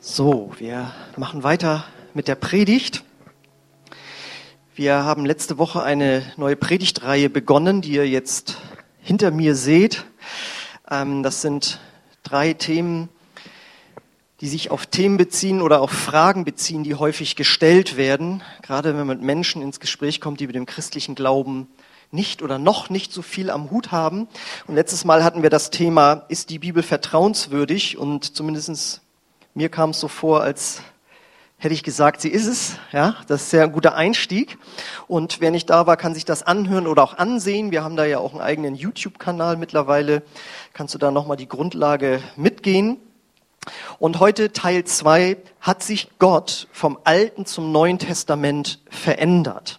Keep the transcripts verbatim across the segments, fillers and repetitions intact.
So, wir machen weiter mit der Predigt. Wir haben letzte Woche eine neue Predigtreihe begonnen, die ihr jetzt hinter mir seht. Das sind drei Themen, die sich auf Themen beziehen oder auf Fragen beziehen, die häufig gestellt werden, gerade wenn man mit Menschen ins Gespräch kommt, die mit dem christlichen Glauben nicht oder noch nicht so viel am Hut haben. Und letztes Mal hatten wir das Thema, ist die Bibel vertrauenswürdig? Und zumindest mir kam es so vor, als hätte ich gesagt, sie ist es. Ja, das ist sehr ein guter Einstieg. Und wer nicht da war, kann sich das anhören oder auch ansehen. Wir haben da ja auch einen eigenen YouTube-Kanal mittlerweile. Kannst du da nochmal die Grundlage mitgehen. Und heute Teil zwei, hat sich Gott vom Alten zum Neuen Testament verändert?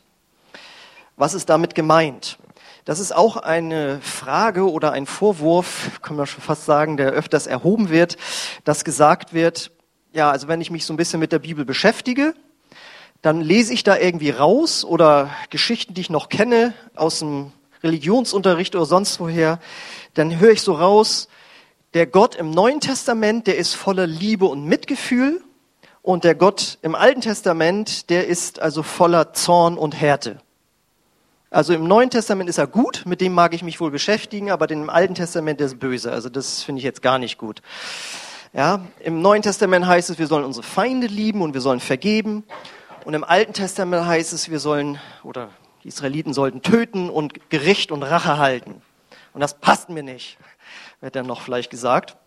Was ist damit gemeint? Das ist auch eine Frage oder ein Vorwurf, kann man schon fast sagen, der öfters erhoben wird, dass gesagt wird, ja, also wenn ich mich so ein bisschen mit der Bibel beschäftige, dann lese ich da irgendwie raus oder Geschichten, die ich noch kenne aus dem Religionsunterricht oder sonst woher, dann höre ich so raus, der Gott im Neuen Testament, der ist voller Liebe und Mitgefühl und der Gott im Alten Testament, der ist also voller Zorn und Härte. Also im Neuen Testament ist er gut, mit dem mag ich mich wohl beschäftigen, aber im Alten Testament ist er böse. Also das finde ich jetzt gar nicht gut. Ja, im Neuen Testament heißt es, wir sollen unsere Feinde lieben und wir sollen vergeben. Und im Alten Testament heißt es, wir sollen, oder die Israeliten sollten töten und Gericht und Rache halten. Und das passt mir nicht, wird dann noch vielleicht gesagt.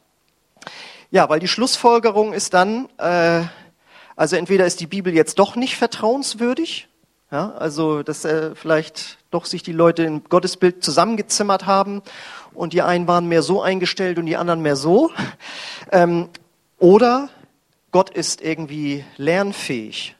Ja, weil die Schlussfolgerung ist dann, äh, also entweder ist die Bibel jetzt doch nicht vertrauenswürdig, ja, also dass äh, vielleicht doch sich die Leute im Gottesbild zusammengezimmert haben und die einen waren mehr so eingestellt und die anderen mehr so. Ähm, oder Gott ist irgendwie lernfähig.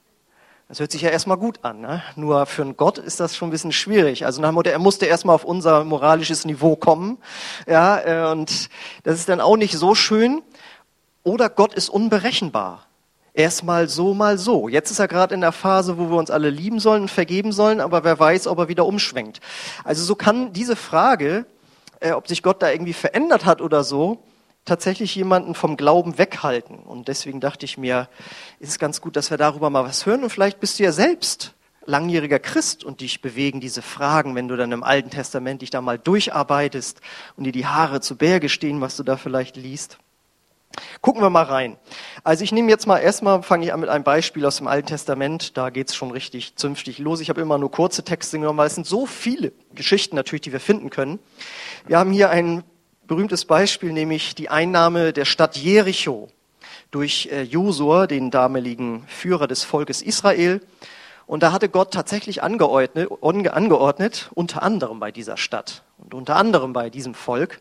Das hört sich ja erstmal gut an, ne? Nur für einen Gott ist das schon ein bisschen schwierig. Also nach dem Motto, er musste erstmal auf unser moralisches Niveau kommen, ja, äh, und das ist dann auch nicht so schön. Oder Gott ist unberechenbar. Erstmal so, mal so. Jetzt ist er gerade in der Phase, wo wir uns alle lieben sollen und vergeben sollen, aber wer weiß, ob er wieder umschwenkt. Also so kann diese Frage, äh, ob sich Gott da irgendwie verändert hat oder so, tatsächlich jemanden vom Glauben weghalten. Und deswegen dachte ich mir, ist es ganz gut, dass wir darüber mal was hören. Und vielleicht bist du ja selbst langjähriger Christ und dich bewegen diese Fragen, wenn du dann im Alten Testament dich da mal durcharbeitest und dir die Haare zu Berge stehen, was du da vielleicht liest. Gucken wir mal rein. Also ich nehme jetzt mal erstmal, fange ich an mit einem Beispiel aus dem Alten Testament. Da geht's schon richtig zünftig los. Ich habe immer nur kurze Texte genommen, weil es sind so viele Geschichten natürlich, die wir finden können. Wir haben hier ein berühmtes Beispiel, nämlich die Einnahme der Stadt Jericho durch äh, Josua, den damaligen Führer des Volkes Israel. Und da hatte Gott tatsächlich angeordnet, angeordnet, unter anderem bei dieser Stadt und unter anderem bei diesem Volk,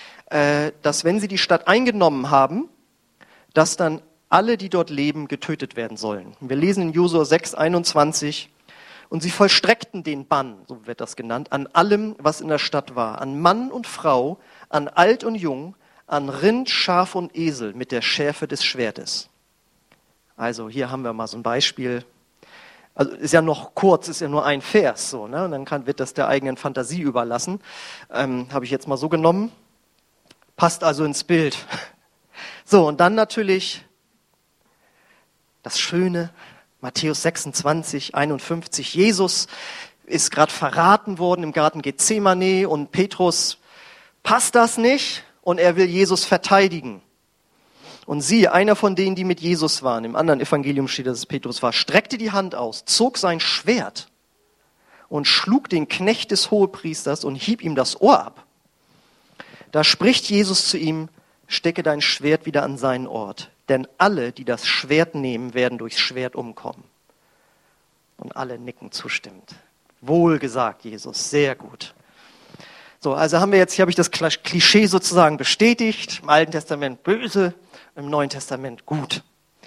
dass wenn sie die Stadt eingenommen haben, dass dann alle, die dort leben, getötet werden sollen. Wir lesen in Josua sechs, einundzwanzig, und sie vollstreckten den Bann, so wird das genannt, an allem, was in der Stadt war, an Mann und Frau, an Alt und Jung, an Rind, Schaf und Esel mit der Schärfe des Schwertes. Also hier haben wir mal so ein Beispiel. Also ist ja noch kurz, ist ja nur ein Vers, so, ne? Und dann kann, wird das der eigenen Fantasie überlassen. Ähm, habe ich jetzt mal so genommen. Passt also ins Bild. So, und dann natürlich das Schöne, Matthäus sechsundzwanzig, einundfünfzig. Jesus ist gerade verraten worden im Garten Gethsemane und Petrus passt das nicht und er will Jesus verteidigen. Und siehe, einer von denen, die mit Jesus waren, im anderen Evangelium steht, dass es Petrus war, streckte die Hand aus, zog sein Schwert und schlug den Knecht des Hohepriesters und hieb ihm das Ohr ab. Da spricht Jesus zu ihm, stecke dein Schwert wieder an seinen Ort, denn alle, die das Schwert nehmen, werden durchs Schwert umkommen. Und alle nicken zustimmend. Wohl gesagt, Jesus, sehr gut. So, also haben wir jetzt, hier habe ich das Klischee sozusagen bestätigt, im Alten Testament böse, im Neuen Testament gut.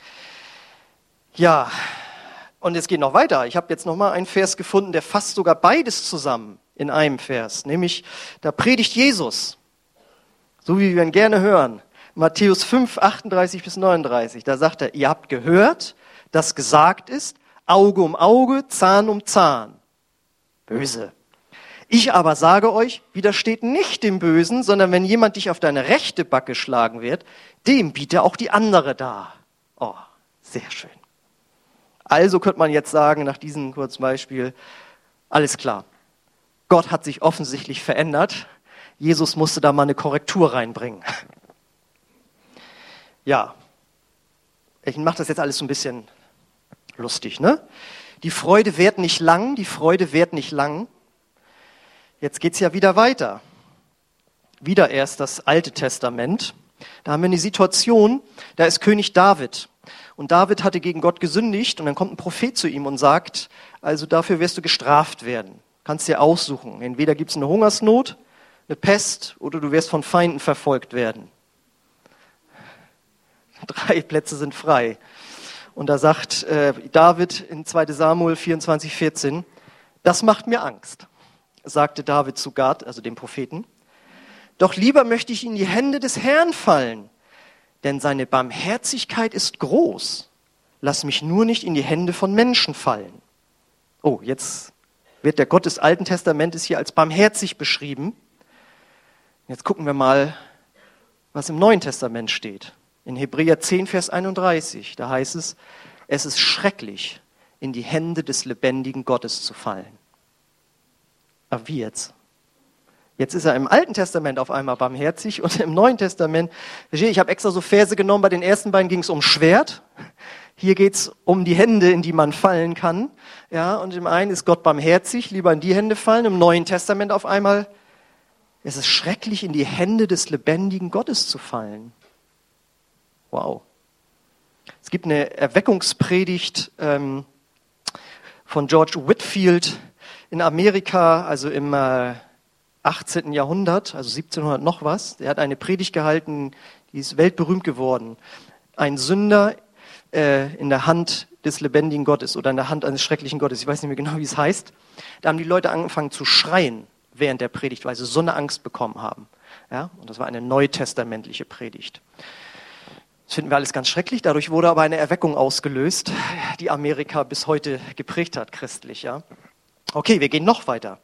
Ja, und es geht noch weiter. Ich habe jetzt noch mal einen Vers gefunden, der fasst sogar beides zusammen in einem Vers, nämlich da predigt Jesus. So wie wir ihn gerne hören. Matthäus fünf, achtunddreißig bis neununddreißig. Da sagt er, ihr habt gehört, dass gesagt ist, Auge um Auge, Zahn um Zahn. Böse. Ich aber sage euch, widersteht nicht dem Bösen, sondern wenn jemand dich auf deine rechte Backe schlagen wird, dem biete auch die andere dar. Sehr schön. Also könnte man jetzt sagen, nach diesem kurzen Beispiel, alles klar. Gott hat sich offensichtlich verändert. Jesus musste da mal eine Korrektur reinbringen. Ja, ich mache das jetzt alles so ein bisschen lustig, ne? Die Freude währt nicht lang, die Freude währt nicht lang. Jetzt geht's ja wieder weiter. Wieder erst das Alte Testament. Da haben wir eine Situation, da ist König David. Und David hatte gegen Gott gesündigt und dann kommt ein Prophet zu ihm und sagt, also dafür wirst du gestraft werden. Kannst dir aussuchen. Entweder gibt's eine Hungersnot, eine Pest oder du wirst von Feinden verfolgt werden. Drei Plätze sind frei. Und da sagt äh, David in zweiter Samuel vierundzwanzig, vierzehn, das macht mir Angst, sagte David zu Gad, also dem Propheten. Doch lieber möchte ich in die Hände des Herrn fallen, denn seine Barmherzigkeit ist groß. Lass mich nur nicht in die Hände von Menschen fallen. Oh, jetzt wird der Gott des Alten Testamentes hier als barmherzig beschrieben. Jetzt gucken wir mal, was im Neuen Testament steht. In Hebräer zehn, Vers einunddreißig, da heißt es, es ist schrecklich, in die Hände des lebendigen Gottes zu fallen. Aber wie jetzt? Jetzt ist er im Alten Testament auf einmal barmherzig und im Neuen Testament, ich habe extra so Verse genommen, bei den ersten beiden ging es um Schwert, hier geht es um die Hände, in die man fallen kann. Ja, und im einen ist Gott barmherzig, lieber in die Hände fallen, im Neuen Testament auf einmal, es ist schrecklich, in die Hände des lebendigen Gottes zu fallen. Wow. Es gibt eine Erweckungspredigt ähm, von George Whitefield in Amerika, also im äh, achtzehnten Jahrhundert, also siebzehnhundert noch was. Der hat eine Predigt gehalten, die ist weltberühmt geworden. Ein Sünder äh, in der Hand des lebendigen Gottes oder in der Hand eines schrecklichen Gottes. Ich weiß nicht mehr genau, wie es heißt. Da haben die Leute angefangen zu schreien während der Predigt, weil sie so eine Angst bekommen haben. Ja? Und das war eine neutestamentliche Predigt. Das finden wir alles ganz schrecklich. Dadurch wurde aber eine Erweckung ausgelöst, die Amerika bis heute geprägt hat, christlich. Ja? Okay, wir gehen noch weiter.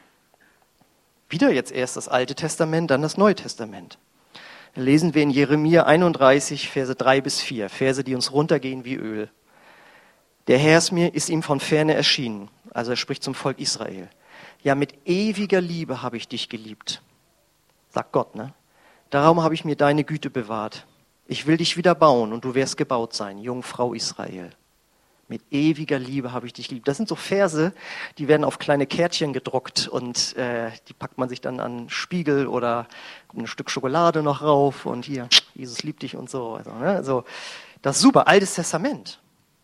Wieder jetzt erst das Alte Testament, dann das Neue Testament. Da lesen wir in Jeremia einunddreißig, Verse drei bis vier, Verse, die uns runtergehen wie Öl. Der Herr ist mir, ist ihm von Ferne erschienen. Also er spricht zum Volk Israel. Ja, mit ewiger Liebe habe ich dich geliebt. Sagt Gott, ne? Darum habe ich mir deine Güte bewahrt. Ich will dich wieder bauen und du wirst gebaut sein, Jungfrau Israel. Mit ewiger Liebe habe ich dich geliebt. Das sind so Verse, die werden auf kleine Kärtchen gedruckt und äh, die packt man sich dann an einen Spiegel oder ein Stück Schokolade noch rauf und hier, Jesus liebt dich und so. Also, ne? Also, das ist super, Altes Testament.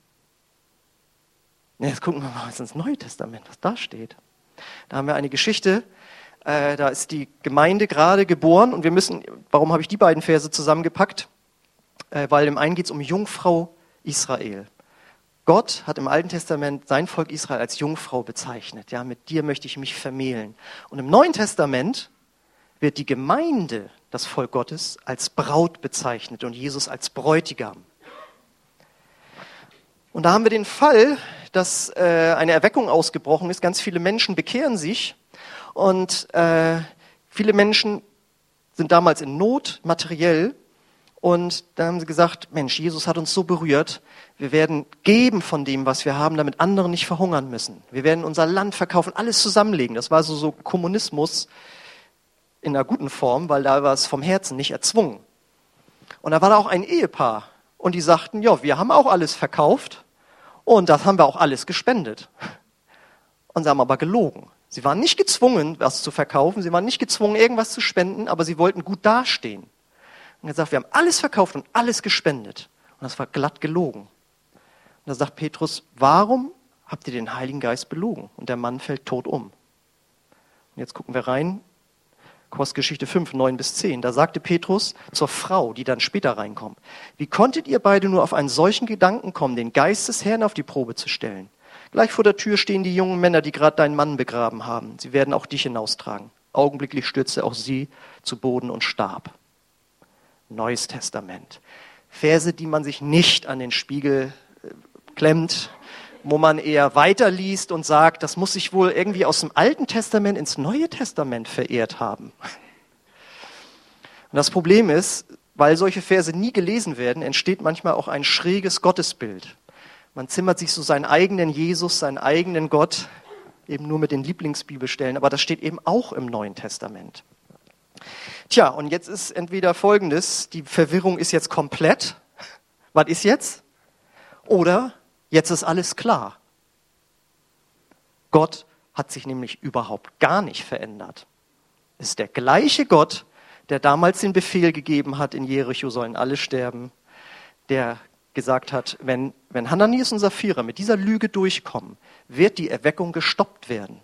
Jetzt gucken wir mal ins Neue Testament, was da steht. Da haben wir eine Geschichte, äh, da ist die Gemeinde gerade geboren und wir müssen, warum habe ich die beiden Verse zusammengepackt? Äh, weil im einen geht es um Jungfrau Israel. Gott hat im Alten Testament sein Volk Israel als Jungfrau bezeichnet. Ja, mit dir möchte ich mich vermählen. Und im Neuen Testament wird die Gemeinde, das Volk Gottes, als Braut bezeichnet und Jesus als Bräutigam. Und da haben wir den Fall, dass äh, eine Erweckung ausgebrochen ist. Ganz viele Menschen bekehren sich und äh, viele Menschen sind damals in Not, materiell. Und dann haben sie gesagt, Mensch, Jesus hat uns so berührt, wir werden geben von dem, was wir haben, damit andere nicht verhungern müssen. Wir werden unser Land verkaufen, alles zusammenlegen. Das war so, so Kommunismus in einer guten Form, weil da war es vom Herzen nicht erzwungen. Und da war da auch ein Ehepaar und die sagten, ja, wir haben auch alles verkauft und das haben wir auch alles gespendet. Und sie haben aber gelogen. Sie waren nicht gezwungen, was zu verkaufen, sie waren nicht gezwungen, irgendwas zu spenden, aber sie wollten gut dastehen. Und er sagt, wir haben alles verkauft und alles gespendet. Und das war glatt gelogen. Und da sagt Petrus, warum habt ihr den Heiligen Geist belogen? Und der Mann fällt tot um. Und jetzt gucken wir rein, Apostelgeschichte fünf, neun bis zehn. Da sagte Petrus zur Frau, die dann später reinkommt, wie konntet ihr beide nur auf einen solchen Gedanken kommen, den Geist des Herrn auf die Probe zu stellen? Gleich vor der Tür stehen die jungen Männer, die gerade deinen Mann begraben haben. Sie werden auch dich hinaustragen. Augenblicklich stürzte auch sie zu Boden und starb. Neues Testament. Verse, die man sich nicht an den Spiegel äh, klemmt, wo man eher weiterliest und sagt, das muss sich wohl irgendwie aus dem Alten Testament ins Neue Testament verehrt haben. Und das Problem ist, weil solche Verse nie gelesen werden, entsteht manchmal auch ein schräges Gottesbild. Man zimmert sich so seinen eigenen Jesus, seinen eigenen Gott, eben nur mit den Lieblingsbibelstellen, aber das steht eben auch im Neuen Testament. Tja, und jetzt ist entweder Folgendes, die Verwirrung ist jetzt komplett. Was ist jetzt? Oder jetzt ist alles klar. Gott hat sich nämlich überhaupt gar nicht verändert. Es ist der gleiche Gott, der damals den Befehl gegeben hat, in Jericho sollen alle sterben, der gesagt hat, wenn, wenn Hananias und Sapphira mit dieser Lüge durchkommen, wird die Erweckung gestoppt werden.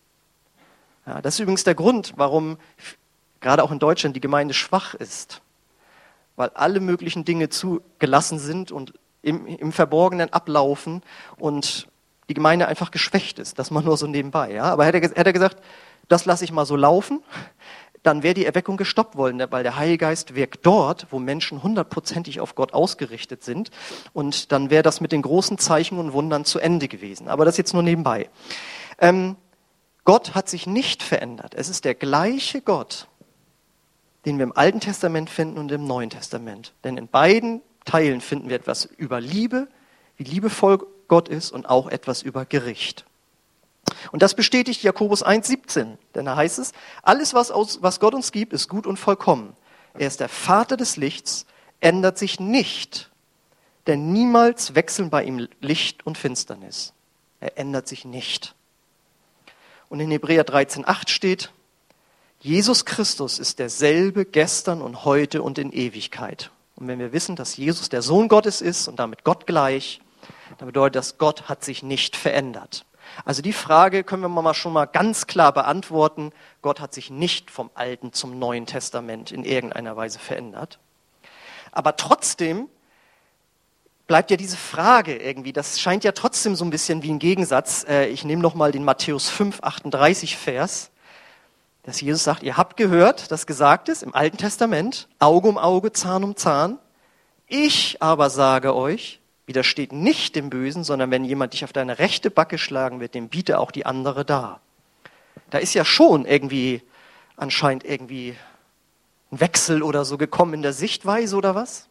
Ja, das ist übrigens der Grund, warum gerade auch in Deutschland die Gemeinde schwach ist, weil alle möglichen Dinge zugelassen sind und im, im Verborgenen ablaufen und die Gemeinde einfach geschwächt ist. Das mal nur so nebenbei. Ja? Aber hätte er, hätte er gesagt, das lasse ich mal so laufen, dann wäre die Erweckung gestoppt worden, weil der Heilige Geist wirkt dort, wo Menschen hundertprozentig auf Gott ausgerichtet sind. Und dann wäre das mit den großen Zeichen und Wundern zu Ende gewesen. Aber das jetzt nur nebenbei. Ähm, Gott hat sich nicht verändert. Es ist der gleiche Gott, den wir im Alten Testament finden und im Neuen Testament. Denn in beiden Teilen finden wir etwas über Liebe, wie liebevoll Gott ist, und auch etwas über Gericht. Und das bestätigt Jakobus eins siebzehn, denn da heißt es, alles, was, aus, was Gott uns gibt, ist gut und vollkommen. Er ist der Vater des Lichts, ändert sich nicht, denn niemals wechseln bei ihm Licht und Finsternis. Er ändert sich nicht. Und in Hebräer dreizehn acht steht, Jesus Christus ist derselbe gestern und heute und in Ewigkeit. Und wenn wir wissen, dass Jesus der Sohn Gottes ist und damit Gott gleich, dann bedeutet das, Gott hat sich nicht verändert. Also die Frage können wir mal schon mal ganz klar beantworten. Gott hat sich nicht vom Alten zum Neuen Testament in irgendeiner Weise verändert. Aber trotzdem bleibt ja diese Frage irgendwie, das scheint ja trotzdem so ein bisschen wie ein Gegensatz. Ich nehme noch mal den Matthäus fünf achtunddreißig Vers, dass Jesus sagt, ihr habt gehört, dass gesagt ist im Alten Testament, Auge um Auge, Zahn um Zahn. Ich aber sage euch, widersteht nicht dem Bösen, sondern wenn jemand dich auf deine rechte Backe schlagen wird, dem biete auch die andere dar. Da ist ja schon irgendwie, anscheinend irgendwie ein Wechsel oder so gekommen in der Sichtweise oder was?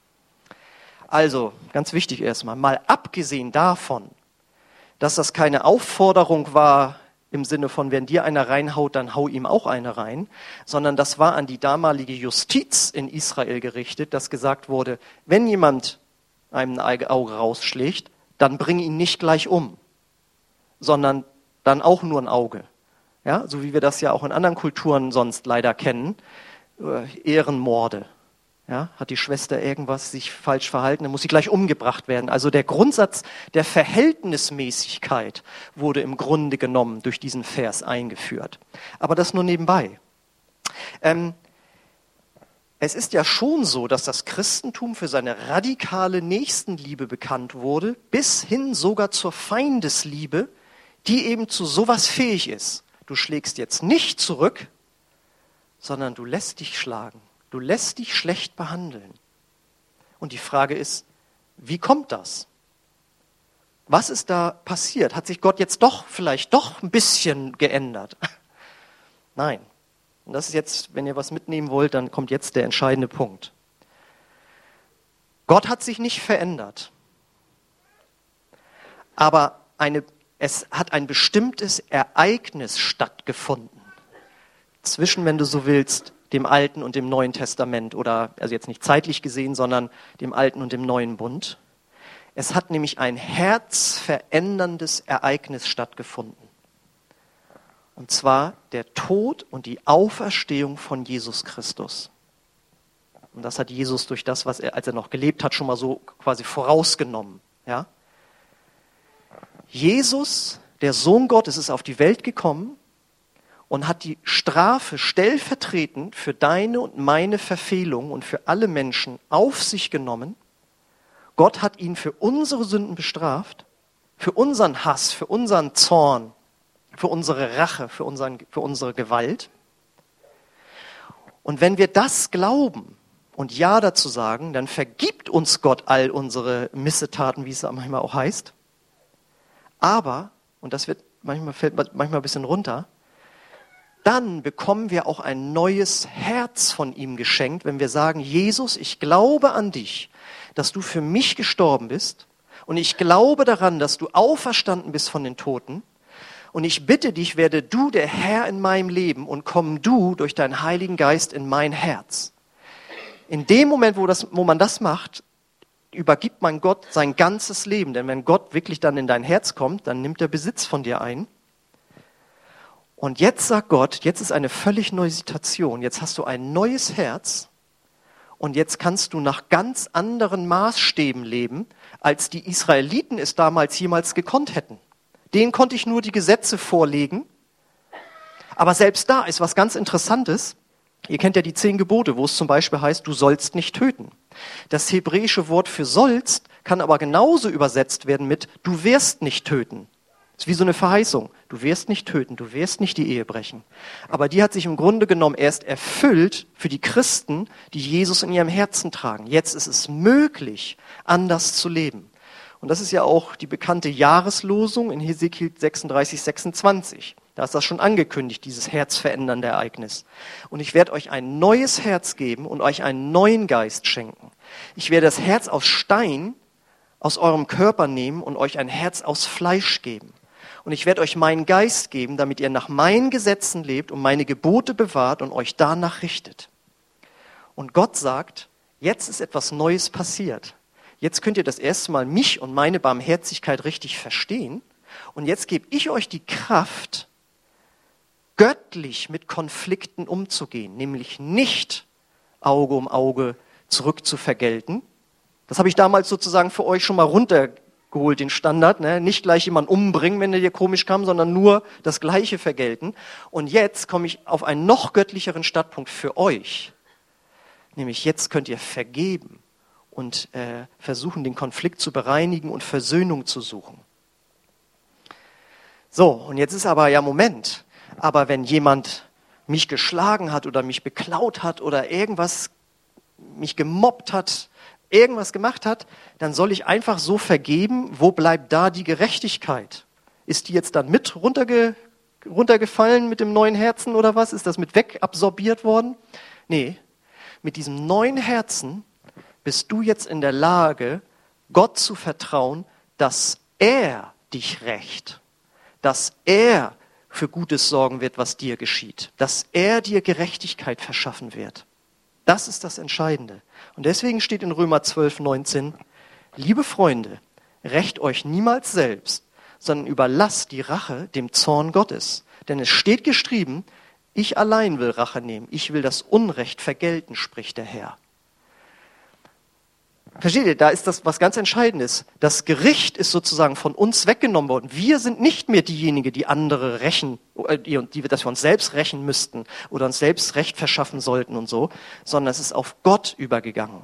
Also, ganz wichtig erstmal, mal abgesehen davon, dass das keine Aufforderung war im Sinne von, wenn dir einer reinhaut, dann hau ihm auch eine rein, sondern das war an die damalige Justiz in Israel gerichtet, dass gesagt wurde, wenn jemand einem ein Auge rausschlägt, dann bring ihn nicht gleich um, sondern dann auch nur ein Auge. Ja, so wie wir das ja auch in anderen Kulturen sonst leider kennen, Ehrenmorde. Ja, hat die Schwester irgendwas sich falsch verhalten, dann muss sie gleich umgebracht werden. Also der Grundsatz der Verhältnismäßigkeit wurde im Grunde genommen durch diesen Vers eingeführt. Aber das nur nebenbei. Ähm, Es ist ja schon so, dass das Christentum für seine radikale Nächstenliebe bekannt wurde, bis hin sogar zur Feindesliebe, die eben zu sowas fähig ist. Du schlägst jetzt nicht zurück, sondern du lässt dich schlagen. Du lässt dich schlecht behandeln. Und die Frage ist, wie kommt das? Was ist da passiert? Hat sich Gott jetzt doch vielleicht doch ein bisschen geändert? Nein. Und das ist jetzt, wenn ihr was mitnehmen wollt, dann kommt jetzt der entscheidende Punkt. Gott hat sich nicht verändert. Aber eine, es hat ein bestimmtes Ereignis stattgefunden. Zwischen, wenn du so willst, dem Alten und dem Neuen Testament. Oder, also jetzt nicht zeitlich gesehen, sondern dem Alten und dem Neuen Bund. Es hat nämlich ein herzveränderndes Ereignis stattgefunden. Und zwar der Tod und die Auferstehung von Jesus Christus. Und das hat Jesus durch das, was er, als er noch gelebt hat, schon mal so quasi vorausgenommen. Ja? Jesus, der Sohn Gottes, ist auf die Welt gekommen und hat die Strafe stellvertretend für deine und meine Verfehlung und für alle Menschen auf sich genommen. Gott hat ihn für unsere Sünden bestraft, für unseren Hass, für unseren Zorn, für unsere Rache, für, unseren, für unsere Gewalt. Und wenn wir das glauben und Ja dazu sagen, dann vergibt uns Gott all unsere Missetaten, wie es manchmal auch heißt. Aber, und das wird manchmal fällt manchmal ein bisschen runter, dann bekommen wir auch ein neues Herz von ihm geschenkt, wenn wir sagen, Jesus, ich glaube an dich, dass du für mich gestorben bist und ich glaube daran, dass du auferstanden bist von den Toten und ich bitte dich, werde du der Herr in meinem Leben und komm du durch deinen Heiligen Geist in mein Herz. In dem Moment, wo, das, wo man das macht, übergibt man Gott sein ganzes Leben, denn wenn Gott wirklich dann in dein Herz kommt, dann nimmt er Besitz von dir ein. Und jetzt sagt Gott, jetzt ist eine völlig neue Situation, jetzt hast du ein neues Herz und jetzt kannst du nach ganz anderen Maßstäben leben, als die Israeliten es damals jemals gekonnt hätten. Denen konnte ich nur die Gesetze vorlegen, aber selbst da ist was ganz Interessantes. Ihr kennt ja die zehn Gebote, wo es zum Beispiel heißt, du sollst nicht töten. Das hebräische Wort für sollst kann aber genauso übersetzt werden mit, du wirst nicht töten. Das ist wie so eine Verheißung. Du wirst nicht töten, du wirst nicht die Ehe brechen. Aber die hat sich im Grunde genommen erst erfüllt für die Christen, die Jesus in ihrem Herzen tragen. Jetzt ist es möglich, anders zu leben. Und das ist ja auch die bekannte Jahreslosung in Hesekiel sechsunddreißig, sechsundzwanzig. Da ist das schon angekündigt, dieses herzverändernde Ereignis. Und ich werde euch ein neues Herz geben und euch einen neuen Geist schenken. Ich werde das Herz aus Stein aus eurem Körper nehmen und euch ein Herz aus Fleisch geben. Und ich werde euch meinen Geist geben, damit ihr nach meinen Gesetzen lebt und meine Gebote bewahrt und euch danach richtet. Und Gott sagt, jetzt ist etwas Neues passiert. Jetzt könnt ihr das erste Mal mich und meine Barmherzigkeit richtig verstehen. Und jetzt gebe ich euch die Kraft, göttlich mit Konflikten umzugehen, nämlich nicht Auge um Auge zurückzuvergelten. Das habe ich damals sozusagen für euch schon mal runtergeholt, den Standard. Ne? Nicht gleich jemanden umbringen, wenn der dir komisch kam, sondern nur das Gleiche vergelten. Und jetzt komme ich auf einen noch göttlicheren Startpunkt für euch. Nämlich jetzt könnt ihr vergeben und äh, versuchen, den Konflikt zu bereinigen und Versöhnung zu suchen. So, und jetzt ist aber, ja Moment, aber wenn jemand mich geschlagen hat oder mich beklaut hat oder irgendwas, mich gemobbt hat, irgendwas gemacht hat, dann soll ich einfach so vergeben, wo bleibt da die Gerechtigkeit? Ist die jetzt dann mit runterge, runtergefallen mit dem neuen Herzen oder was? Ist das mit wegabsorbiert worden? Nee, mit diesem neuen Herzen bist du jetzt in der Lage, Gott zu vertrauen, dass er dich rächt, dass er für Gutes sorgen wird, was dir geschieht, dass er dir Gerechtigkeit verschaffen wird. Das ist das Entscheidende. Und deswegen steht in Römer zwölf, neunzehn, liebe Freunde, rächt euch niemals selbst, sondern überlasst die Rache dem Zorn Gottes. Denn es steht geschrieben, ich allein will Rache nehmen, ich will das Unrecht vergelten, spricht der Herr. Versteht ihr, da ist das was ganz Entscheidendes. Das Gericht ist sozusagen von uns weggenommen worden. Wir sind nicht mehr diejenigen, die andere rächen, die, die, dass wir uns selbst rächen müssten oder uns selbst Recht verschaffen sollten und so, sondern es ist auf Gott übergegangen.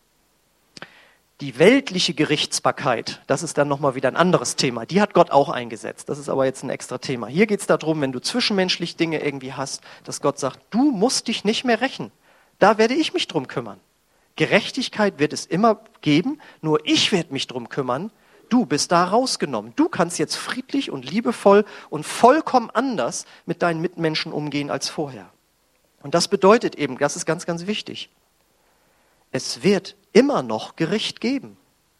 Die weltliche Gerichtsbarkeit, das ist dann nochmal wieder ein anderes Thema. Die hat Gott auch eingesetzt. Das ist aber jetzt ein extra Thema. Hier geht es darum, wenn du zwischenmenschlich Dinge irgendwie hast, dass Gott sagt, du musst dich nicht mehr rächen. Da werde ich mich drum kümmern. Gerechtigkeit wird es immer geben, nur ich werde mich drum kümmern. Du bist da rausgenommen. Du kannst jetzt friedlich und liebevoll und vollkommen anders mit deinen Mitmenschen umgehen als vorher. Und das bedeutet eben, das ist ganz, ganz wichtig, es wird immer noch Gericht geben.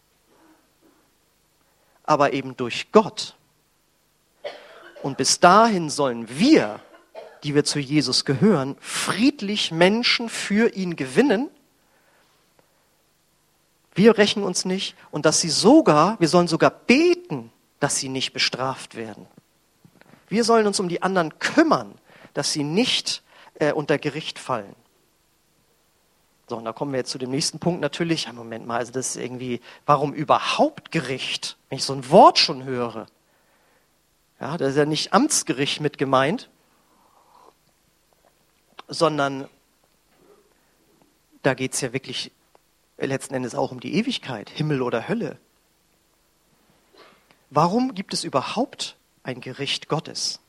Aber eben durch Gott. Und bis dahin sollen wir, die wir zu Jesus gehören, friedlich Menschen für ihn gewinnen. Wir rächen uns nicht und dass sie sogar, wir sollen sogar beten, dass sie nicht bestraft werden. Wir sollen uns um die anderen kümmern, dass sie nicht äh, unter Gericht fallen. So, und da kommen wir jetzt zu dem nächsten Punkt natürlich. Ja, Moment mal, also das ist irgendwie, warum überhaupt Gericht? Wenn ich so ein Wort schon höre. Ja, da ist ja nicht Amtsgericht mit gemeint, sondern da geht es ja wirklich letzten Endes auch um die Ewigkeit, Himmel oder Hölle. Warum gibt es überhaupt ein Gericht Gottes?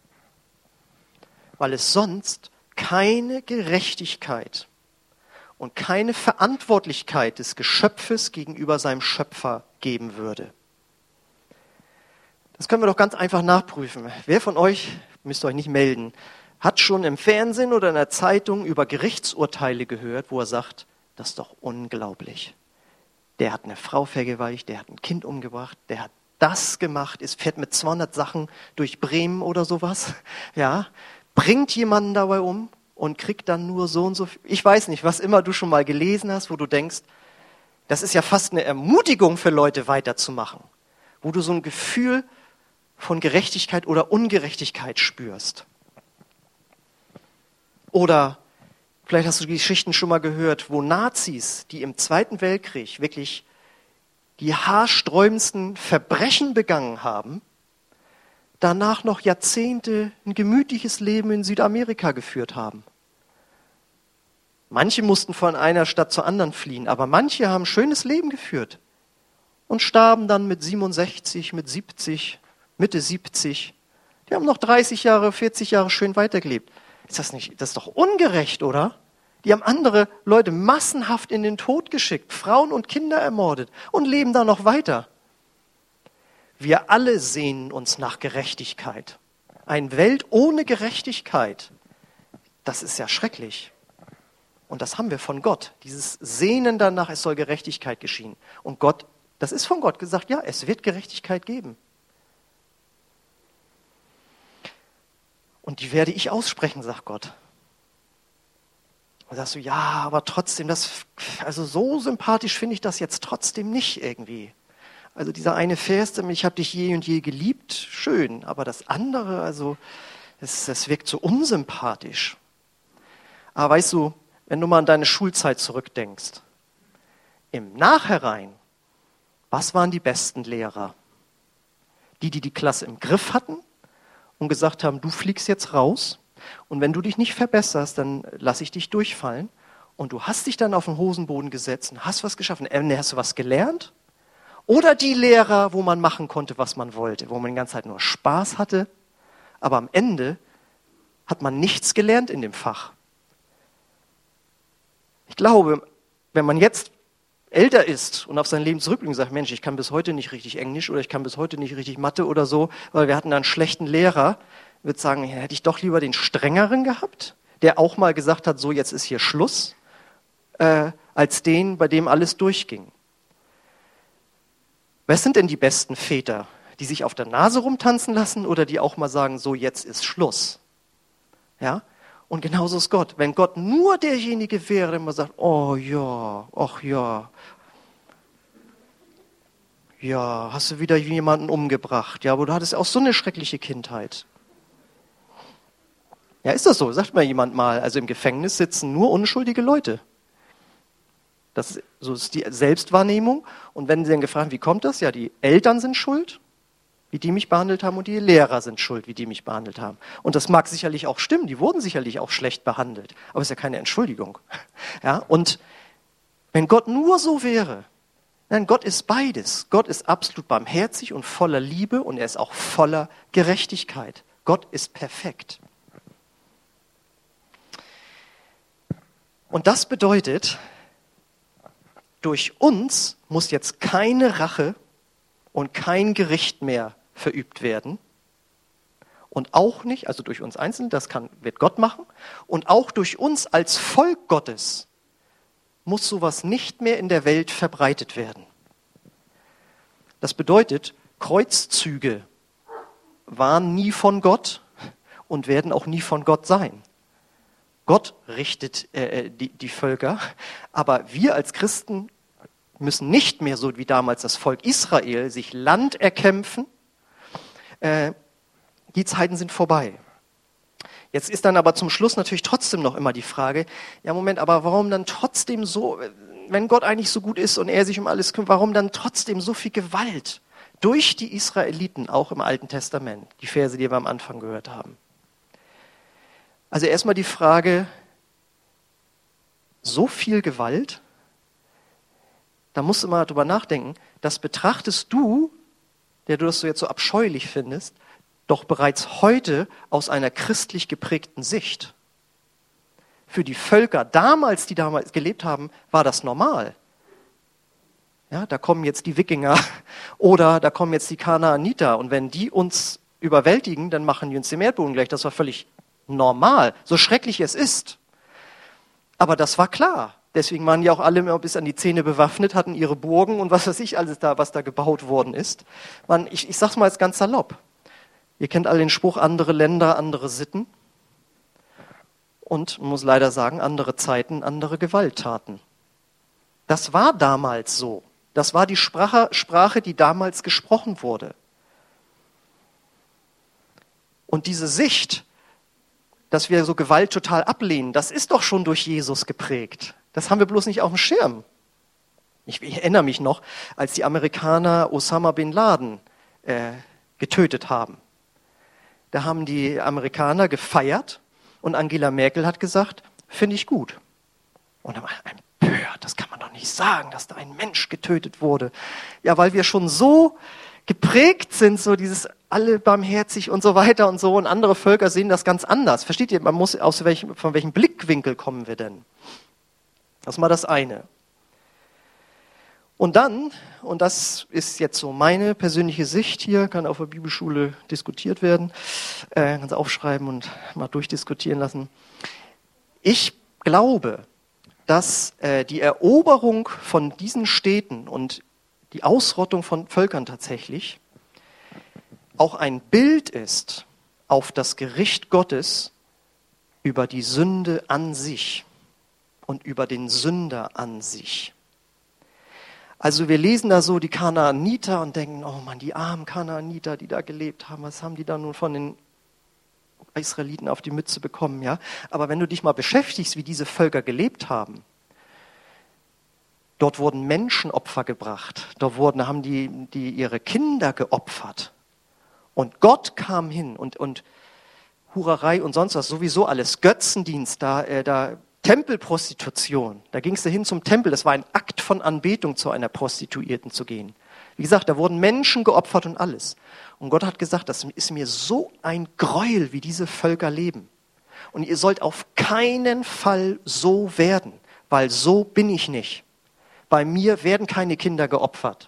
Weil es sonst keine Gerechtigkeit und keine Verantwortlichkeit des Geschöpfes gegenüber seinem Schöpfer geben würde. Das können wir doch ganz einfach nachprüfen. Wer von euch, müsst ihr euch nicht melden, hat schon im Fernsehen oder in der Zeitung über Gerichtsurteile gehört, wo er sagt, das ist doch unglaublich. Der hat eine Frau vergewaltigt, der hat ein Kind umgebracht, der hat das gemacht, ist fährt mit zweihundert Sachen durch Bremen oder sowas, ja, bringt jemanden dabei um und kriegt dann nur so und so viel. Ich weiß nicht, was immer du schon mal gelesen hast, wo du denkst, das ist ja fast eine Ermutigung für Leute weiterzumachen, wo du so ein Gefühl von Gerechtigkeit oder Ungerechtigkeit spürst. Oder vielleicht hast du die Geschichten schon mal gehört, wo Nazis, die im Zweiten Weltkrieg wirklich die haarsträubendsten Verbrechen begangen haben, danach noch Jahrzehnte ein gemütliches Leben in Südamerika geführt haben. Manche mussten von einer Stadt zur anderen fliehen, aber manche haben ein schönes Leben geführt und starben dann mit siebenundsechzig, mit siebzig, Mitte siebzig. Die haben noch dreißig Jahre, vierzig Jahre schön weitergelebt. Ist das nicht, das ist doch ungerecht, oder? Die haben andere Leute massenhaft in den Tod geschickt, Frauen und Kinder ermordet und leben da noch weiter. Wir alle sehnen uns nach Gerechtigkeit. Eine Welt ohne Gerechtigkeit, das ist ja schrecklich. Und das haben wir von Gott, dieses Sehnen danach, es soll Gerechtigkeit geschehen. Und Gott, das ist von Gott gesagt, ja, es wird Gerechtigkeit geben. Und die werde ich aussprechen, sagt Gott. Und sagst du, ja, aber trotzdem, das, also so sympathisch finde ich das jetzt trotzdem nicht irgendwie. Also dieser eine Vers, ich habe dich je und je geliebt, schön, aber das andere, also das, das wirkt so unsympathisch. Aber weißt du, wenn du mal an deine Schulzeit zurückdenkst, im Nachhinein, was waren die besten Lehrer? Die, die die Klasse im Griff hatten und gesagt haben, du fliegst jetzt raus und wenn du dich nicht verbesserst, dann lass ich dich durchfallen. Und du hast dich dann auf den Hosenboden gesetzt und hast was geschaffen. Am hast du was gelernt? Oder die Lehrer, wo man machen konnte, was man wollte, wo man die ganze Zeit nur Spaß hatte, aber am Ende hat man nichts gelernt in dem Fach. Ich glaube, wenn man jetzt älter ist und auf sein Leben zurückblickt und sagt, Mensch, ich kann bis heute nicht richtig Englisch oder ich kann bis heute nicht richtig Mathe oder so, weil wir hatten da einen schlechten Lehrer, würde sagen, ja, hätte ich doch lieber den strengeren gehabt, der auch mal gesagt hat, so jetzt ist hier Schluss, äh, als den, bei dem alles durchging. Wer sind denn die besten Väter? Die sich auf der Nase rumtanzen lassen oder die auch mal sagen, so jetzt ist Schluss? Ja? Und genauso ist Gott. Wenn Gott nur derjenige wäre, der immer sagt, oh ja, ach ja, ja, hast du wieder jemanden umgebracht, ja, aber du hattest auch so eine schreckliche Kindheit. Ja, ist das so? Sagt mal jemand mal, also im Gefängnis sitzen nur unschuldige Leute. Das ist, so ist die Selbstwahrnehmung. Und wenn sie dann gefragt, wie kommt das? Ja, die Eltern sind schuld, wie die mich behandelt haben, und die Lehrer sind schuld, wie die mich behandelt haben. Und das mag sicherlich auch stimmen, die wurden sicherlich auch schlecht behandelt, aber es ist ja keine Entschuldigung. Ja, und wenn Gott nur so wäre, nein, Gott ist beides. Gott ist absolut barmherzig und voller Liebe und er ist auch voller Gerechtigkeit. Gott ist perfekt. Und das bedeutet, durch uns muss jetzt keine Rache und kein Gericht mehr verübt werden. Und auch nicht, also durch uns Einzelne, das kann, wird Gott machen. Und auch durch uns als Volk Gottes muss sowas nicht mehr in der Welt verbreitet werden. Das bedeutet, Kreuzzüge waren nie von Gott und werden auch nie von Gott sein. Gott richtet äh, die, die Völker, aber wir als Christen müssen nicht mehr so wie damals das Volk Israel sich Land erkämpfen. Äh, die Zeiten sind vorbei. Jetzt ist dann aber zum Schluss natürlich trotzdem noch immer die Frage, ja Moment, aber warum dann trotzdem so, wenn Gott eigentlich so gut ist und er sich um alles kümmert, warum dann trotzdem so viel Gewalt durch die Israeliten, auch im Alten Testament, die Verse, die wir am Anfang gehört haben. Also erstmal die Frage, so viel Gewalt, da musst du mal drüber nachdenken, das betrachtest du, der du das so jetzt so abscheulich findest, doch bereits heute aus einer christlich geprägten Sicht. Für die Völker damals, die damals gelebt haben, war das normal. Ja, da kommen jetzt die Wikinger oder da kommen jetzt die Kanaaniter und wenn die uns überwältigen, dann machen die uns den Erdboden gleich. Das war völlig normal, so schrecklich es ist. Aber das war klar. Deswegen waren die auch alle immer bis an die Zähne bewaffnet, hatten ihre Burgen und was weiß ich alles da, was da gebaut worden ist. Man, ich, ich sag's mal jetzt ganz salopp. Ihr kennt alle den Spruch, andere Länder, andere Sitten. Und man muss leider sagen, andere Zeiten, andere Gewalttaten. Das war damals so. Das war die Sprache, Sprache, die damals gesprochen wurde. Und diese Sicht, dass wir so Gewalt total ablehnen, das ist doch schon durch Jesus geprägt. Das haben wir bloß nicht auf dem Schirm. Ich, ich erinnere mich noch, als die Amerikaner Osama bin Laden äh, getötet haben. Da haben die Amerikaner gefeiert und Angela Merkel hat gesagt, finde ich gut. Und dann war ein Empört, das kann man doch nicht sagen, dass da ein Mensch getötet wurde. Ja, weil wir schon so geprägt sind, so dieses alle barmherzig und so weiter und so, und andere Völker sehen das ganz anders. Versteht ihr, man muss aus welchem, von welchem Blickwinkel kommen wir denn? Das ist mal das eine. Und dann, und das ist jetzt so meine persönliche Sicht hier, kann auf der Bibelschule diskutiert werden, äh, kannst aufschreiben und mal durchdiskutieren lassen. Ich glaube, dass äh, die Eroberung von diesen Städten und die Ausrottung von Völkern tatsächlich auch ein Bild ist auf das Gericht Gottes über die Sünde an sich und über den Sünder an sich. Also wir lesen da so die Kanaaniter und denken, oh Mann, die armen Kanaaniter, die da gelebt haben, was haben die da nun von den Israeliten auf die Mütze bekommen, ja? Aber wenn du dich mal beschäftigst, wie diese Völker gelebt haben, dort wurden Menschenopfer gebracht, dort wurden, haben die, die ihre Kinder geopfert. Und Gott kam hin und, und Hurerei und sonst was, sowieso alles, Götzendienst, da, äh, da Tempelprostitution, da ging es da hin zum Tempel, das war ein Akt von Anbetung, zu einer Prostituierten zu gehen. Wie gesagt, da wurden Menschen geopfert und alles. Und Gott hat gesagt, das ist mir so ein Gräuel, wie diese Völker leben. Und ihr sollt auf keinen Fall so werden, weil so bin ich nicht. Bei mir werden keine Kinder geopfert.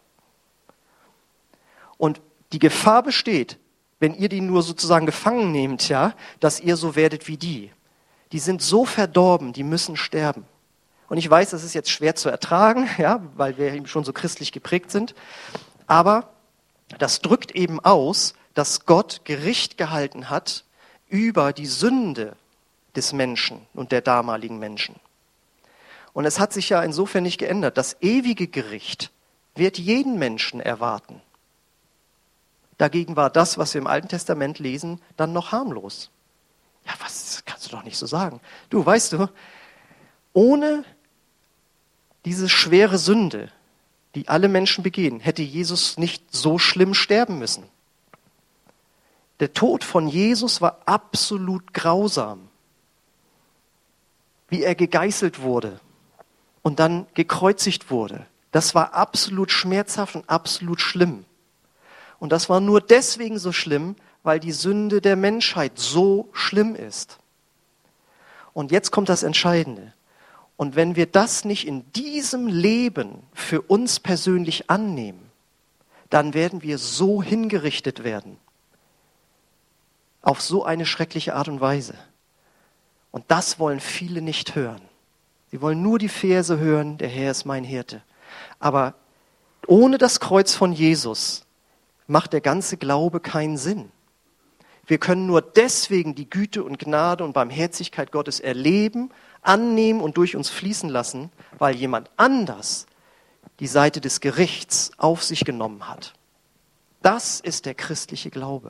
Und die Gefahr besteht, wenn ihr die nur sozusagen gefangen nehmt, ja, dass ihr so werdet wie die. Die sind so verdorben, die müssen sterben. Und ich weiß, das ist jetzt schwer zu ertragen, ja, weil wir eben schon so christlich geprägt sind. Aber das drückt eben aus, dass Gott Gericht gehalten hat über die Sünde des Menschen und der damaligen Menschen. Und es hat sich ja insofern nicht geändert. Das ewige Gericht wird jeden Menschen erwarten. Dagegen war das, was wir im Alten Testament lesen, dann noch harmlos. Ja, was kannst du doch nicht so sagen. Du, weißt du, ohne diese schwere Sünde, die alle Menschen begehen, hätte Jesus nicht so schlimm sterben müssen. Der Tod von Jesus war absolut grausam. Wie er gegeißelt wurde und dann gekreuzigt wurde. Das war absolut schmerzhaft und absolut schlimm. Und das war nur deswegen so schlimm, weil die Sünde der Menschheit so schlimm ist. Und jetzt kommt das Entscheidende. Und wenn wir das nicht in diesem Leben für uns persönlich annehmen, dann werden wir so hingerichtet werden. Auf so eine schreckliche Art und Weise. Und das wollen viele nicht hören. Sie wollen nur die Verse hören, der Herr ist mein Hirte. Aber ohne das Kreuz von Jesus macht der ganze Glaube keinen Sinn. Wir können nur deswegen die Güte und Gnade und Barmherzigkeit Gottes erleben, annehmen und durch uns fließen lassen, weil jemand anders die Seite des Gerichts auf sich genommen hat. Das ist der christliche Glaube.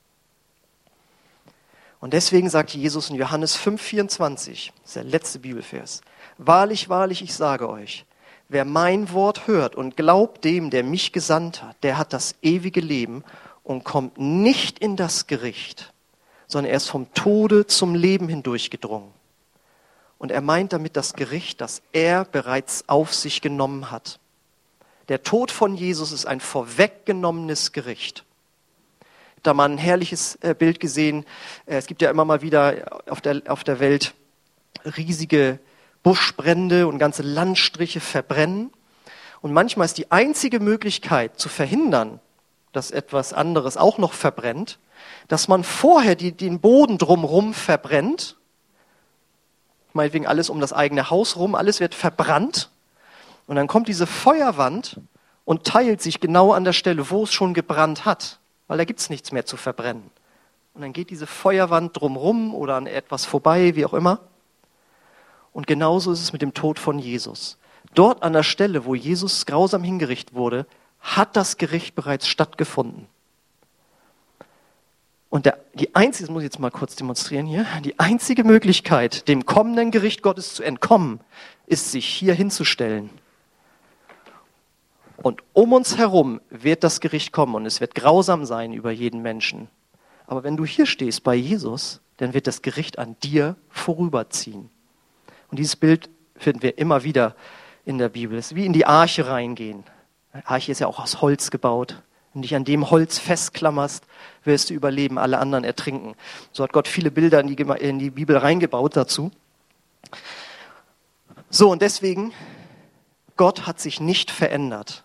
Und deswegen sagt Jesus in Johannes fünf vierundzwanzig, das ist der letzte Bibelvers, wahrlich, wahrlich, ich sage euch, wer mein Wort hört und glaubt dem, der mich gesandt hat, der hat das ewige Leben und kommt nicht in das Gericht, sondern er ist vom Tode zum Leben hindurchgedrungen. Und er meint damit das Gericht, das er bereits auf sich genommen hat. Der Tod von Jesus ist ein vorweggenommenes Gericht. Da mal ein herrliches Bild gesehen. Es gibt ja immer mal wieder auf der, auf der Welt riesige Buschbrände und ganze Landstriche verbrennen. Und manchmal ist die einzige Möglichkeit zu verhindern, dass etwas anderes auch noch verbrennt, dass man vorher die, den Boden drumherum verbrennt, meinetwegen alles um das eigene Haus rum, alles wird verbrannt und dann kommt diese Feuerwand und teilt sich genau an der Stelle, wo es schon gebrannt hat, weil da gibt es nichts mehr zu verbrennen. Und dann geht diese Feuerwand drumherum oder an etwas vorbei, wie auch immer. Und genauso ist es mit dem Tod von Jesus. Dort an der Stelle, wo Jesus grausam hingerichtet wurde, hat das Gericht bereits stattgefunden. Und der, die einzige, das muss ich jetzt mal kurz demonstrieren hier, die einzige Möglichkeit, dem kommenden Gericht Gottes zu entkommen, ist, sich hier hinzustellen. Und um uns herum wird das Gericht kommen und es wird grausam sein über jeden Menschen. Aber wenn du hier stehst bei Jesus, dann wird das Gericht an dir vorüberziehen. Und dieses Bild finden wir immer wieder in der Bibel. Es ist wie in die Arche reingehen. Die Arche ist ja auch aus Holz gebaut. Wenn du dich an dem Holz festklammerst, wirst du überleben, alle anderen ertrinken. So hat Gott viele Bilder in die, in die Bibel reingebaut dazu. So, und deswegen, Gott hat sich nicht verändert.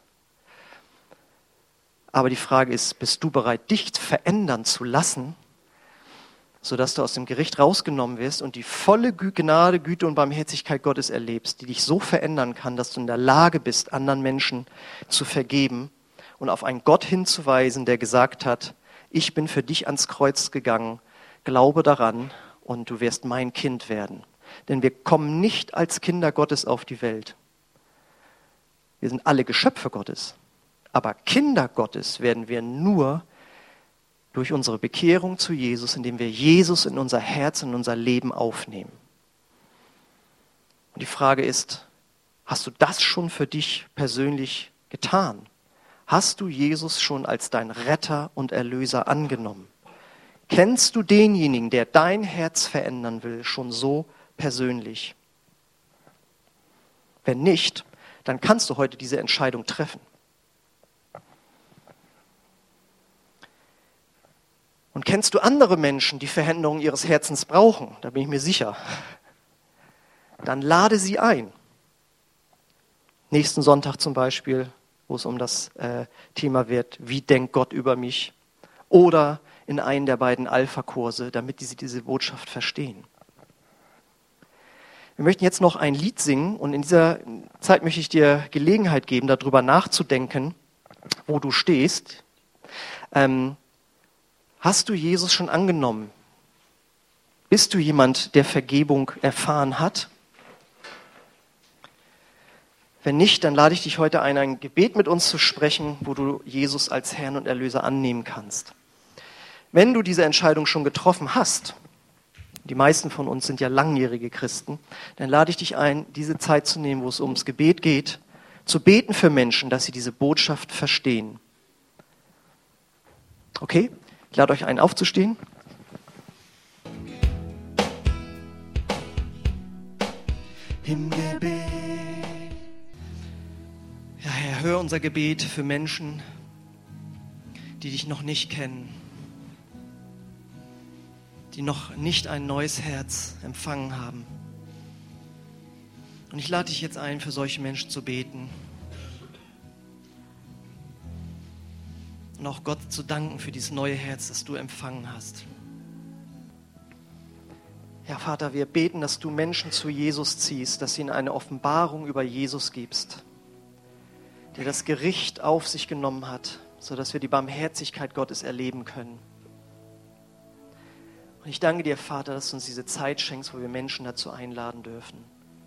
Aber die Frage ist, bist du bereit, dich verändern zu lassen, sodass du aus dem Gericht rausgenommen wirst und die volle Gnade, Güte und Barmherzigkeit Gottes erlebst, die dich so verändern kann, dass du in der Lage bist, anderen Menschen zu vergeben und auf einen Gott hinzuweisen, der gesagt hat, ich bin für dich ans Kreuz gegangen, glaube daran und du wirst mein Kind werden. Denn wir kommen nicht als Kinder Gottes auf die Welt. Wir sind alle Geschöpfe Gottes. Aber Kinder Gottes werden wir nur durch unsere Bekehrung zu Jesus, indem wir Jesus in unser Herz, in unser Leben aufnehmen. Und die Frage ist, hast du das schon für dich persönlich getan? Hast du Jesus schon als dein Retter und Erlöser angenommen? Kennst du denjenigen, der dein Herz verändern will, schon so persönlich? Wenn nicht, dann kannst du heute diese Entscheidung treffen. Und kennst du andere Menschen, die Veränderung ihres Herzens brauchen? Da bin ich mir sicher. Dann lade sie ein. Nächsten Sonntag zum Beispiel, wo es um das äh, Thema wird, wie denkt Gott über mich? Oder in einen der beiden Alpha-Kurse, damit sie diese Botschaft verstehen. Wir möchten jetzt noch ein Lied singen und in dieser Zeit möchte ich dir Gelegenheit geben, darüber nachzudenken, wo du stehst. Ähm, Hast du Jesus schon angenommen? Bist du jemand, der Vergebung erfahren hat? Wenn nicht, dann lade ich dich heute ein, ein Gebet mit uns zu sprechen, wo du Jesus als Herrn und Erlöser annehmen kannst. Wenn du diese Entscheidung schon getroffen hast, die meisten von uns sind ja langjährige Christen, dann lade ich dich ein, diese Zeit zu nehmen, wo es ums Gebet geht, zu beten für Menschen, dass sie diese Botschaft verstehen. Okay? Ich lade euch ein, aufzustehen. Im Gebet. Ja, Herr, hör unser Gebet für Menschen, die dich noch nicht kennen, die noch nicht ein neues Herz empfangen haben. Und ich lade dich jetzt ein, für solche Menschen zu beten. Und auch Gott zu danken für dieses neue Herz, das du empfangen hast. Ja, Vater, wir beten, dass du Menschen zu Jesus ziehst, dass du ihnen eine Offenbarung über Jesus gibst, der das Gericht auf sich genommen hat, sodass wir die Barmherzigkeit Gottes erleben können. Und ich danke dir, Vater, dass du uns diese Zeit schenkst, wo wir Menschen dazu einladen dürfen.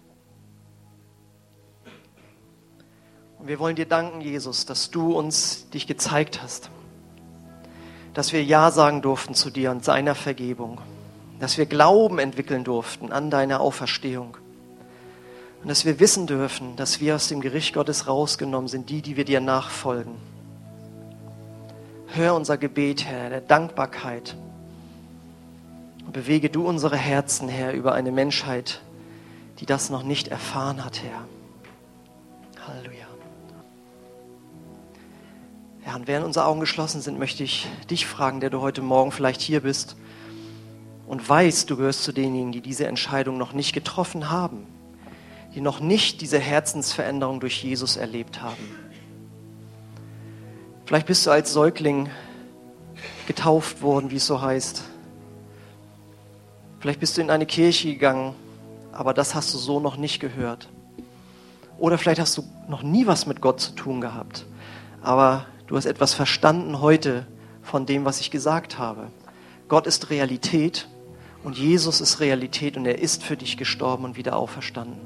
Und wir wollen dir danken, Jesus, dass du uns dich gezeigt hast, dass wir Ja sagen durften zu dir und seiner Vergebung, dass wir Glauben entwickeln durften an deine Auferstehung und dass wir wissen dürfen, dass wir aus dem Gericht Gottes rausgenommen sind, die, die wir dir nachfolgen. Hör unser Gebet, Herr, der Dankbarkeit und bewege du unsere Herzen, Herr, über eine Menschheit, die das noch nicht erfahren hat, Herr. Halleluja. Ja, und während unsere Augen geschlossen sind, möchte ich dich fragen, der du heute Morgen vielleicht hier bist und weißt, du gehörst zu denjenigen, die diese Entscheidung noch nicht getroffen haben, die noch nicht diese Herzensveränderung durch Jesus erlebt haben. Vielleicht bist du als Säugling getauft worden, wie es so heißt. Vielleicht bist du in eine Kirche gegangen, aber das hast du so noch nicht gehört. Oder vielleicht hast du noch nie was mit Gott zu tun gehabt, aber du hast etwas verstanden heute von dem, was ich gesagt habe. Gott ist Realität und Jesus ist Realität und er ist für dich gestorben und wieder auferstanden.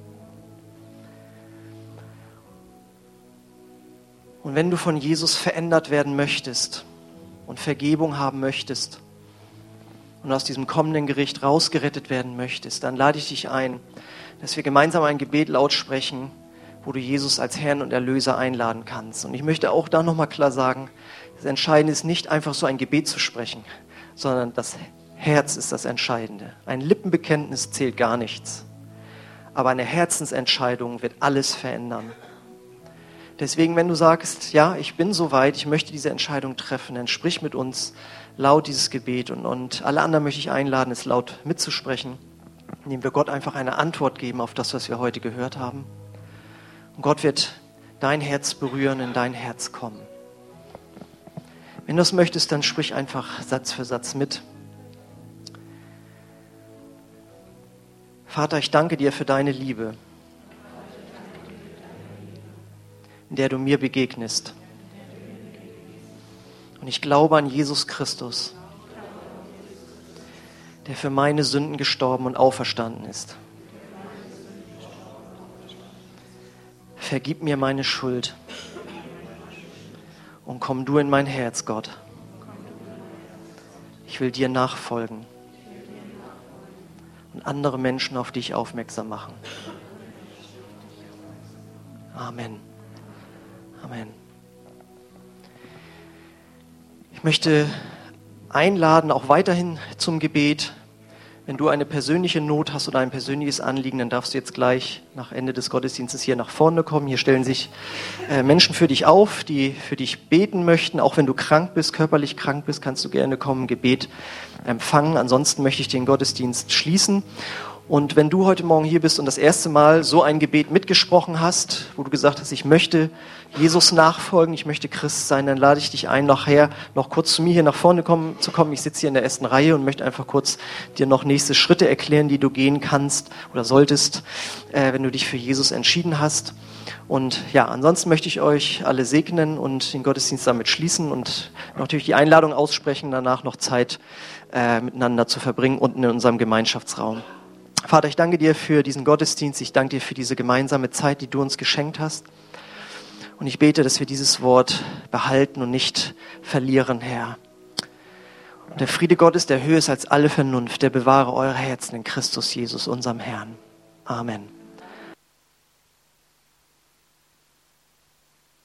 Und wenn du von Jesus verändert werden möchtest und Vergebung haben möchtest und aus diesem kommenden Gericht rausgerettet werden möchtest, dann lade ich dich ein, dass wir gemeinsam ein Gebet laut sprechen, wo du Jesus als Herrn und Erlöser einladen kannst. Und ich möchte auch da nochmal klar sagen, das Entscheidende ist nicht einfach so ein Gebet zu sprechen, sondern das Herz ist das Entscheidende. Ein Lippenbekenntnis zählt gar nichts, aber eine Herzensentscheidung wird alles verändern. Deswegen, wenn du sagst, ja, ich bin soweit, ich möchte diese Entscheidung treffen, dann sprich mit uns laut dieses Gebet und, und alle anderen möchte ich einladen, es laut mitzusprechen, indem wir Gott einfach eine Antwort geben auf das, was wir heute gehört haben. Und Gott wird dein Herz berühren, in dein Herz kommen. Wenn du es möchtest, dann sprich einfach Satz für Satz mit. Vater, ich danke dir für deine Liebe, in der du mir begegnest. Und ich glaube an Jesus Christus, der für meine Sünden gestorben und auferstanden ist. Vergib mir meine Schuld und komm du in mein Herz, Gott. Ich will dir nachfolgen und andere Menschen auf dich aufmerksam machen. Amen. Amen. Ich möchte einladen, auch weiterhin zum Gebet. Wenn du eine persönliche Not hast oder ein persönliches Anliegen, dann darfst du jetzt gleich nach Ende des Gottesdienstes hier nach vorne kommen. Hier stellen sich äh, Menschen für dich auf, die für dich beten möchten. Auch wenn du krank bist, körperlich krank bist, kannst du gerne kommen, Gebet empfangen. Ansonsten möchte ich den Gottesdienst schließen. Und wenn du heute Morgen hier bist und das erste Mal so ein Gebet mitgesprochen hast, wo du gesagt hast, ich möchte Jesus nachfolgen, ich möchte Christ sein, dann lade ich dich ein, nachher noch kurz zu mir hier nach vorne kommen, zu kommen. Ich sitze hier in der ersten Reihe und möchte einfach kurz dir noch nächste Schritte erklären, die du gehen kannst oder solltest, äh, wenn du dich für Jesus entschieden hast. Und ja, ansonsten möchte ich euch alle segnen und den Gottesdienst damit schließen und natürlich die Einladung aussprechen, danach noch Zeit äh, miteinander zu verbringen unten in unserem Gemeinschaftsraum. Vater, ich danke dir für diesen Gottesdienst. Ich danke dir für diese gemeinsame Zeit, die du uns geschenkt hast. Und ich bete, dass wir dieses Wort behalten und nicht verlieren, Herr. Und der Friede Gottes, der höher ist als alle Vernunft, der bewahre eure Herzen in Christus Jesus, unserem Herrn. Amen.